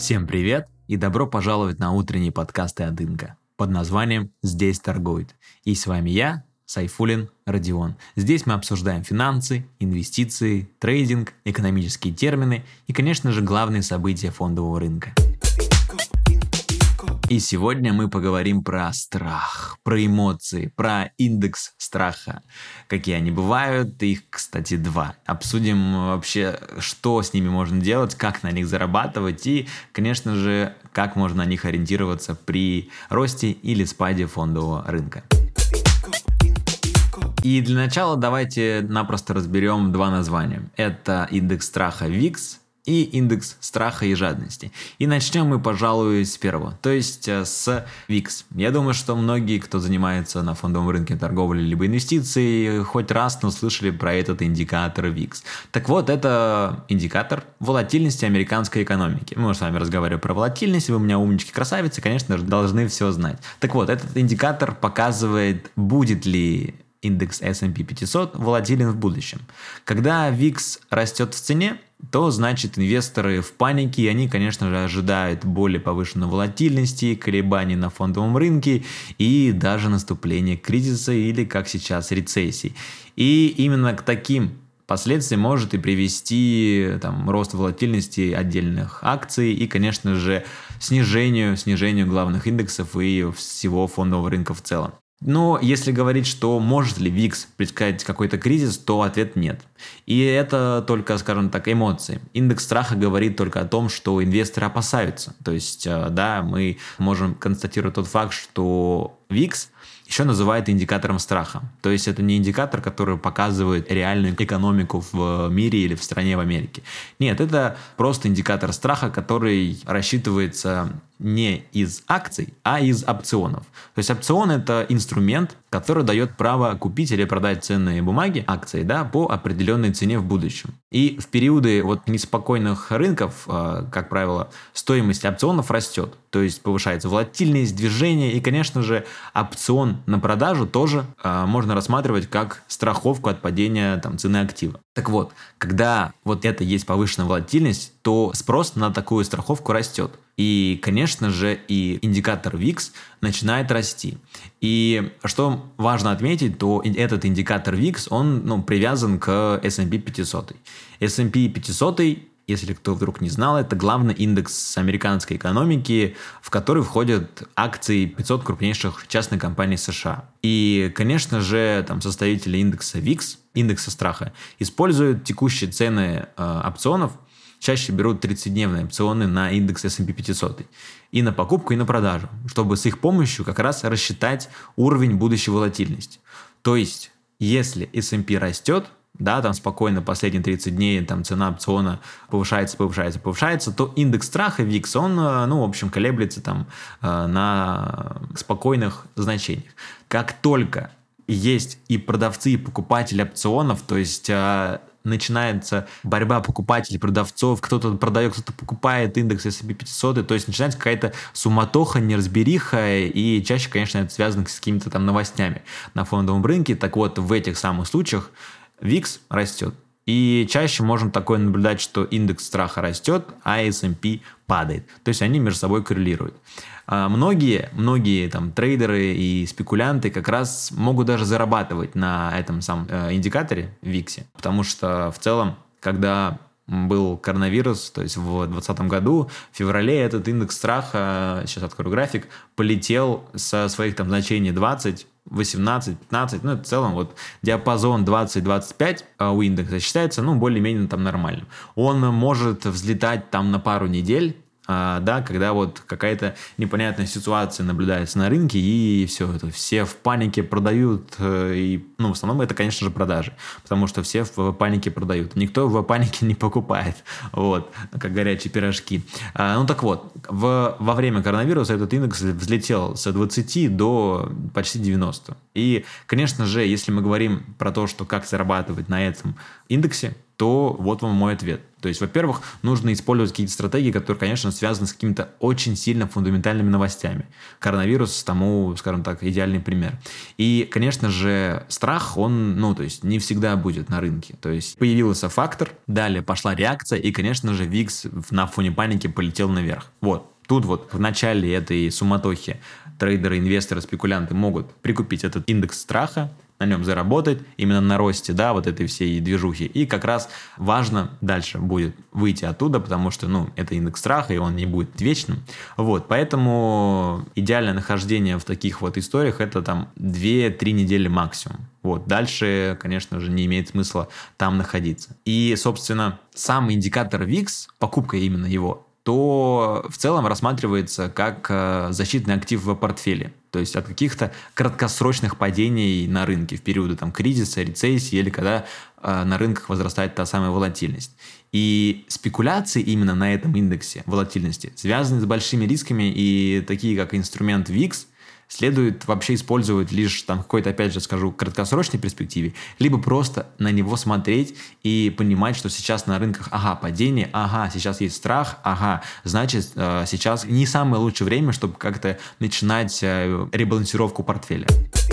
Всем привет и добро пожаловать на утренние подкасты от Инка под названием «Здесь торгуют». И с вами я, Сайфуллин Родион. Здесь мы обсуждаем финансы, инвестиции, трейдинг, экономические термины и, конечно же, главные события фондового рынка. И сегодня мы поговорим про страх, про эмоции, про индекс страха. Какие они бывают, их, кстати, 2. Обсудим вообще, что с ними можно делать, как на них зарабатывать и, конечно же, как можно на них ориентироваться при росте или спаде фондового рынка. И для начала давайте напросто разберем 2 названия. Это индекс страха VIX и индекс страха и жадности. И начнем мы, пожалуй, с первого, то есть с VIX. Я думаю, что многие, кто занимается на фондовом рынке торговли либо инвестиций, хоть раз слышали про этот индикатор VIX. Так вот, это индикатор волатильности американской экономики. Мы с вами разговариваем про волатильность, вы у меня умнички-красавицы, конечно же, должны все знать. Так вот, этот индикатор показывает, будет ли индекс S&P 500 волатилен в будущем. Когда VIX растет в цене, то значит инвесторы в панике, и они, конечно же, ожидают более повышенной волатильности, колебаний на фондовом рынке и даже наступления кризиса или, как сейчас, рецессии. И именно к таким последствиям может и привести рост волатильности отдельных акций и, конечно же, снижению главных индексов и всего фондового рынка в целом. Но если говорить, что может ли VIX предсказать какой-то кризис, то ответ нет. И это только, скажем так, эмоции. Индекс страха говорит только о том, что инвесторы опасаются. То есть, да, мы можем констатировать тот факт, что VIX еще называют индикатором страха. То есть это не индикатор, который показывает реальную экономику в мире или в стране в Америке. Нет, это просто индикатор страха, который рассчитывается не из акций, а из опционов. То есть опцион – это инструмент, который дает право купить или продать ценные бумаги, акции, да, по определенной цене в будущем. И в периоды неспокойных рынков, как правило, стоимость опционов растет. То есть повышается волатильность, движение. И, конечно же, опцион на продажу тоже можно рассматривать как страховку от падения цены актива. Так вот, когда это есть повышенная волатильность, то спрос на такую страховку растет. И, конечно же, и индикатор VIX начинает расти. И что важно отметить, то этот индикатор VIX, он привязан к S&P 500. S&P 500, если кто вдруг не знал, это главный индекс американской экономики, в который входят акции 500 крупнейших частных компаний США. И, конечно же, составители индекса VIX, индекса страха, используют текущие цены опционов, чаще берут 30-дневные опционы на индекс S&P 500 и на покупку, и на продажу, чтобы с их помощью как раз рассчитать уровень будущей волатильности. То есть, если S&P растет, да, спокойно последние 30 дней цена опциона повышается, то индекс страха VIX, он, колеблется на спокойных значениях. Как только есть и продавцы, и покупатели опционов, то есть начинается борьба покупателей, продавцов, кто-то продает, кто-то покупает индекс S&P 500, то есть начинается какая-то суматоха, неразбериха, и чаще, конечно, это связано с какими-то новостями на фондовом рынке. Так вот, в этих самых случаях VIX растет. И чаще можем такое наблюдать, что индекс страха растет, а S&P падает. То есть они между собой коррелируют. Многие трейдеры и спекулянты как раз могут даже зарабатывать на этом самом индикаторе VIX, потому что в целом, когда был коронавирус, то есть в 2020 году, в феврале этот индекс страха, сейчас открою график, полетел со своих значений 20, 18, 15, в целом диапазон 20-25 у индекса считается, более-менее нормальным. Он может взлетать на пару недель, когда какая-то непонятная ситуация наблюдается на рынке, и все в панике продают, и, в основном это, конечно же, продажи, потому что все в панике продают, никто в панике не покупает, как горячие пирожки. Во время коронавируса этот индекс взлетел с 20 до почти 90. И, конечно же, если мы говорим про то, что как зарабатывать на этом индексе, то вот вам мой ответ. То есть, во-первых, нужно использовать какие-то стратегии, которые, конечно, связаны с какими-то очень сильно фундаментальными новостями. Коронавирус тому, скажем так, идеальный пример. И, конечно же, страх, он, то есть не всегда будет на рынке. То есть появился фактор, далее пошла реакция, и, конечно же, VIX на фоне паники полетел наверх. Вот. Тут вот в начале этой суматохи трейдеры, инвесторы, спекулянты могут прикупить этот индекс страха, на нем заработать, именно на росте, да, вот этой всей движухи. И как раз важно дальше будет выйти оттуда, потому что, это индекс страха, и он не будет вечным. Вот, поэтому идеальное нахождение в таких вот историях это там 2-3 недели максимум. Вот, дальше, конечно же, не имеет смысла там находиться. И, собственно, сам индикатор VIX, покупка именно его, то в целом рассматривается как защитный актив в портфеле. То есть от каких-то краткосрочных падений на рынке в периоды кризиса, рецессии или когда на рынках возрастает та самая волатильность. И спекуляции именно на этом индексе волатильности связаны с большими рисками, и такие как инструмент VIX следует вообще использовать лишь какой-то, опять же скажу, краткосрочной перспективе, либо просто на него смотреть и понимать, что сейчас на рынках, падение, сейчас есть страх, значит, сейчас не самое лучшее время, чтобы как-то начинать ребалансировку портфеля.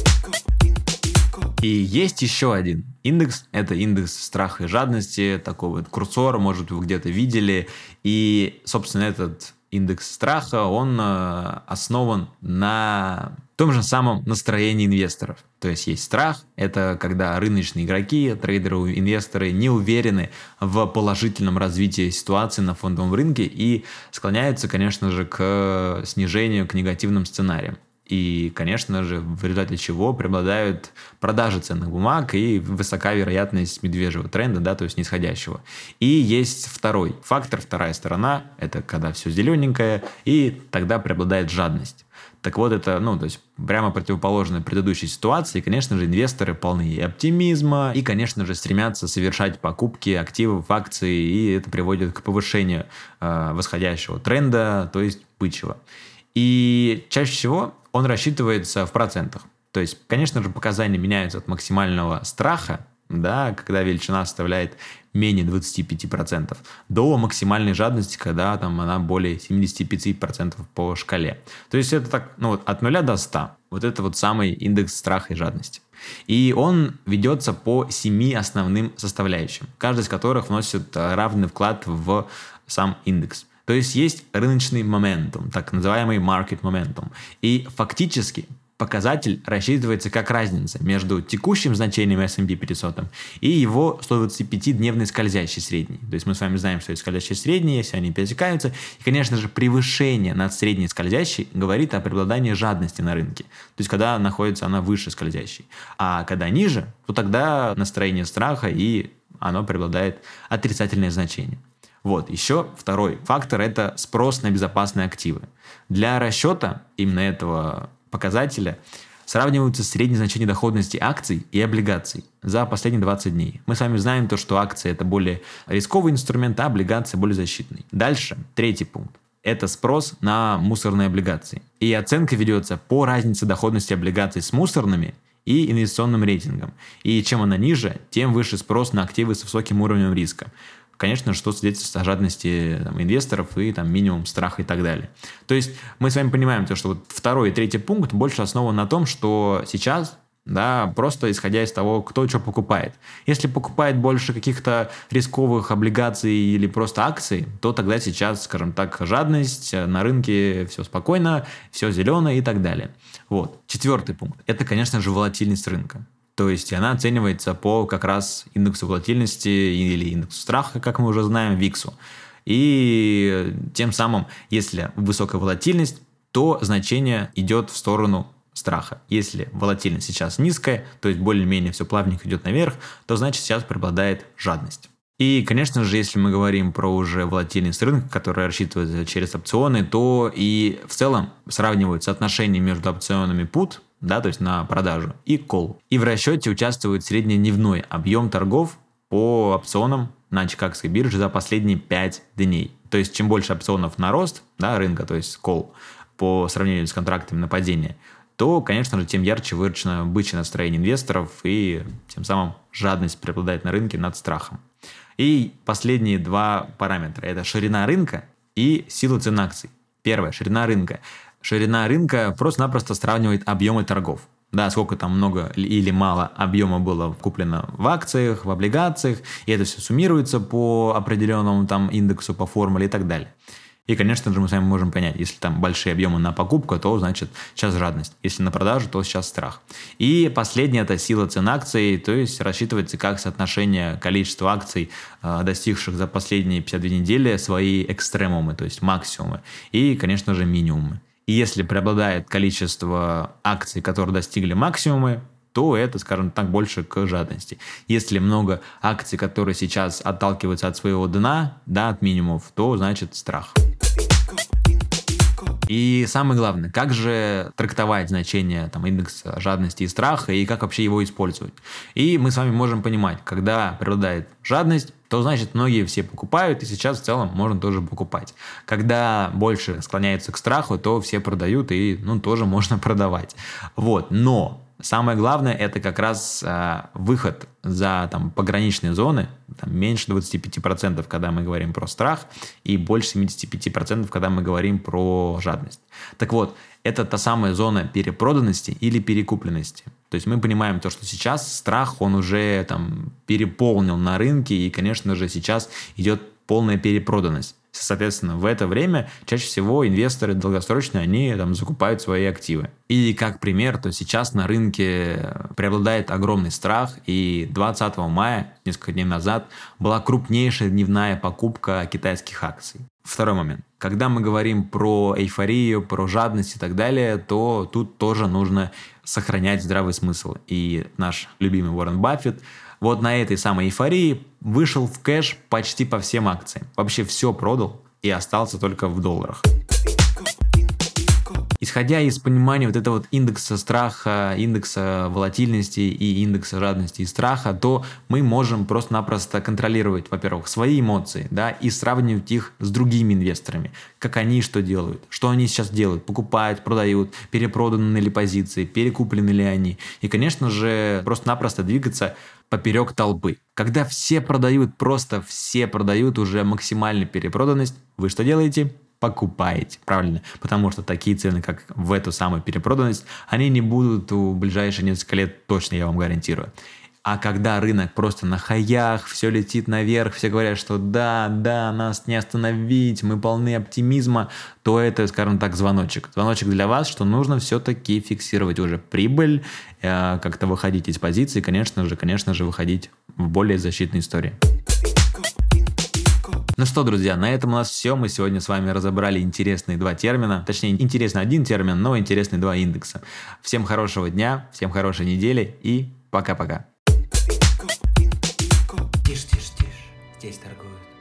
И есть еще один индекс, это индекс страха и жадности, такой вот курсор, может, вы где-то видели, и, собственно, этот индекс страха, он основан на том же самом настроении инвесторов. То есть есть страх, это когда рыночные игроки, трейдеры, инвесторы не уверены в положительном развитии ситуации на фондовом рынке и склоняются, конечно же, к снижению, к негативным сценариям. И, конечно же, в результате чего преобладают продажи ценных бумаг и высока вероятность медвежьего тренда, да, то есть нисходящего. И есть второй фактор, вторая сторона, это когда все зелененькое, и тогда преобладает жадность. Так вот, это, то есть прямо противоположно предыдущей ситуации. И, конечно же, инвесторы полны и оптимизма, и, конечно же, стремятся совершать покупки активов, акций, и это приводит к повышению восходящего тренда, то есть бычьего. И чаще всего он рассчитывается в процентах. То есть, конечно же, показания меняются от максимального страха, да, когда величина составляет менее 25%, до максимальной жадности, когда она более 75% по шкале. То есть это так, от 0 до 100. Вот это вот самый индекс страха и жадности. И он ведется по 7 основным составляющим, каждая из которых вносит равный вклад в сам индекс. То есть рыночный моментум, так называемый market momentum. И фактически показатель рассчитывается как разница между текущим значением S&P 500 и его 125-дневной скользящей средней. То есть мы с вами знаем, что есть скользящие средние, если они пересекаются. И, конечно же, превышение над средней скользящей говорит о преобладании жадности на рынке. То есть когда находится она выше скользящей. А когда ниже, то тогда настроение страха, и оно преобладает отрицательное значение. Вот, еще второй фактор – это спрос на безопасные активы. Для расчета именно этого показателя сравниваются средние значения доходности акций и облигаций за последние 20 дней. Мы с вами знаем то, что акции – это более рисковый инструмент, а облигации – более защитный. Дальше, третий пункт. Это спрос на мусорные облигации. И оценка ведется по разнице доходности облигаций с мусорными и инвестиционным рейтингом. И чем она ниже, тем выше спрос на активы с высоким уровнем риска. Конечно, что свидетельствует о жадности инвесторов и минимум страха и так далее. То есть мы с вами понимаем, что вот второй и третий пункт больше основан на том, что сейчас, да, просто исходя из того, кто что покупает. Если покупает больше каких-то рисковых облигаций или просто акций, то тогда сейчас, скажем так, жадность, на рынке все спокойно, все зеленое и так далее. Вот. Четвертый пункт – это, конечно же, волатильность рынка. То есть она оценивается по как раз индексу волатильности или индексу страха, как мы уже знаем, VIX. И тем самым, если высокая волатильность, то значение идет в сторону страха. Если волатильность сейчас низкая, то есть более-менее все плавненько идет наверх, то значит сейчас преобладает жадность. И, конечно же, если мы говорим про уже волатильность рынка, которая рассчитывается через опционы, то и в целом сравнивают соотношение между опционами put, да, то есть на продажу, и call. И в расчете участвует среднедневной объем торгов по опционам на Чикагской бирже за последние 5 дней. То есть чем больше опционов на рост, да, рынка, то есть call, по сравнению с контрактами на падение, то, конечно же, тем ярче выражено бычье настроение инвесторов, и тем самым жадность преобладает на рынке над страхом. И последние два параметра – это ширина рынка и сила цен акций. Первое – ширина рынка. Ширина рынка просто-напросто сравнивает объемы торгов. Да, сколько там много или мало объема было куплено в акциях, в облигациях, и это все суммируется по определенному там индексу, по формуле и так далее. И, конечно же, мы с вами можем понять, если там большие объемы на покупку, то значит сейчас жадность. Если на продажу, то сейчас страх. И последнее – это сила цен акций, то есть рассчитывается как соотношение количества акций, достигших за последние 52 недели свои экстремумы, то есть максимумы, и, конечно же, минимумы. И если преобладает количество акций, которые достигли максимумы, то это, скажем так, больше к жадности. Если много акций, которые сейчас отталкиваются от своего дна, да, от минимумов, то значит страх. И самое главное, как же трактовать значение там, индекса жадности и страха, и как вообще его использовать. И мы с вами можем понимать, когда преобладает жадность, то значит многие все покупают, и сейчас в целом можно тоже покупать. Когда больше склоняется к страху, то все продают, и тоже можно продавать. Вот, но самое главное, это как раз выход за там, пограничные зоны, там, меньше 25%, когда мы говорим про страх, и больше 75%, когда мы говорим про жадность. Так вот, это та самая зона перепроданности или перекупленности. То есть мы понимаем то, что сейчас страх, он уже там, переполнил на рынке, и, конечно же, сейчас идет полная перепроданность. Соответственно, в это время чаще всего инвесторы долгосрочные, они там закупают свои активы. И как пример, то сейчас на рынке преобладает огромный страх, и 20 мая, несколько дней назад, была крупнейшая дневная покупка китайских акций. Второй момент. Когда мы говорим про эйфорию, про жадность и так далее, то тут тоже нужно сохранять здравый смысл. И наш любимый Уоррен Баффет вот на этой самой эйфории вышел в кэш почти по всем акциям. Вообще все продал и остался только в долларах. Исходя из понимания вот этого вот индекса страха, индекса волатильности и индекса жадности и страха, то мы можем просто-напросто контролировать, во-первых, свои эмоции, да, и сравнивать их с другими инвесторами. Как они что делают, что они сейчас делают, покупают, продают, перепроданы ли позиции, перекуплены ли они. И, конечно же, просто-напросто двигаться поперек толпы. Когда все продают, просто все продают уже максимальную перепроданность, вы что делаете? Покупаете, правильно? Потому что такие цены, как в эту самую перепроданность, они не будут в ближайшие несколько лет точно, я вам гарантирую. А когда рынок просто на хаях, все летит наверх, все говорят, что да, нас не остановить, мы полны оптимизма, то это, скажем так, звоночек. Звоночек для вас, что нужно все-таки фиксировать уже прибыль, как-то выходить из позиции, конечно же, выходить в более защитные истории. Ну что, друзья, на этом у нас все. Мы сегодня с вами разобрали интересные два термина. Точнее, интересный один термин, но интересные два индекса. Всем хорошего дня, всем хорошей недели и пока-пока. Тише, здесь торгуют.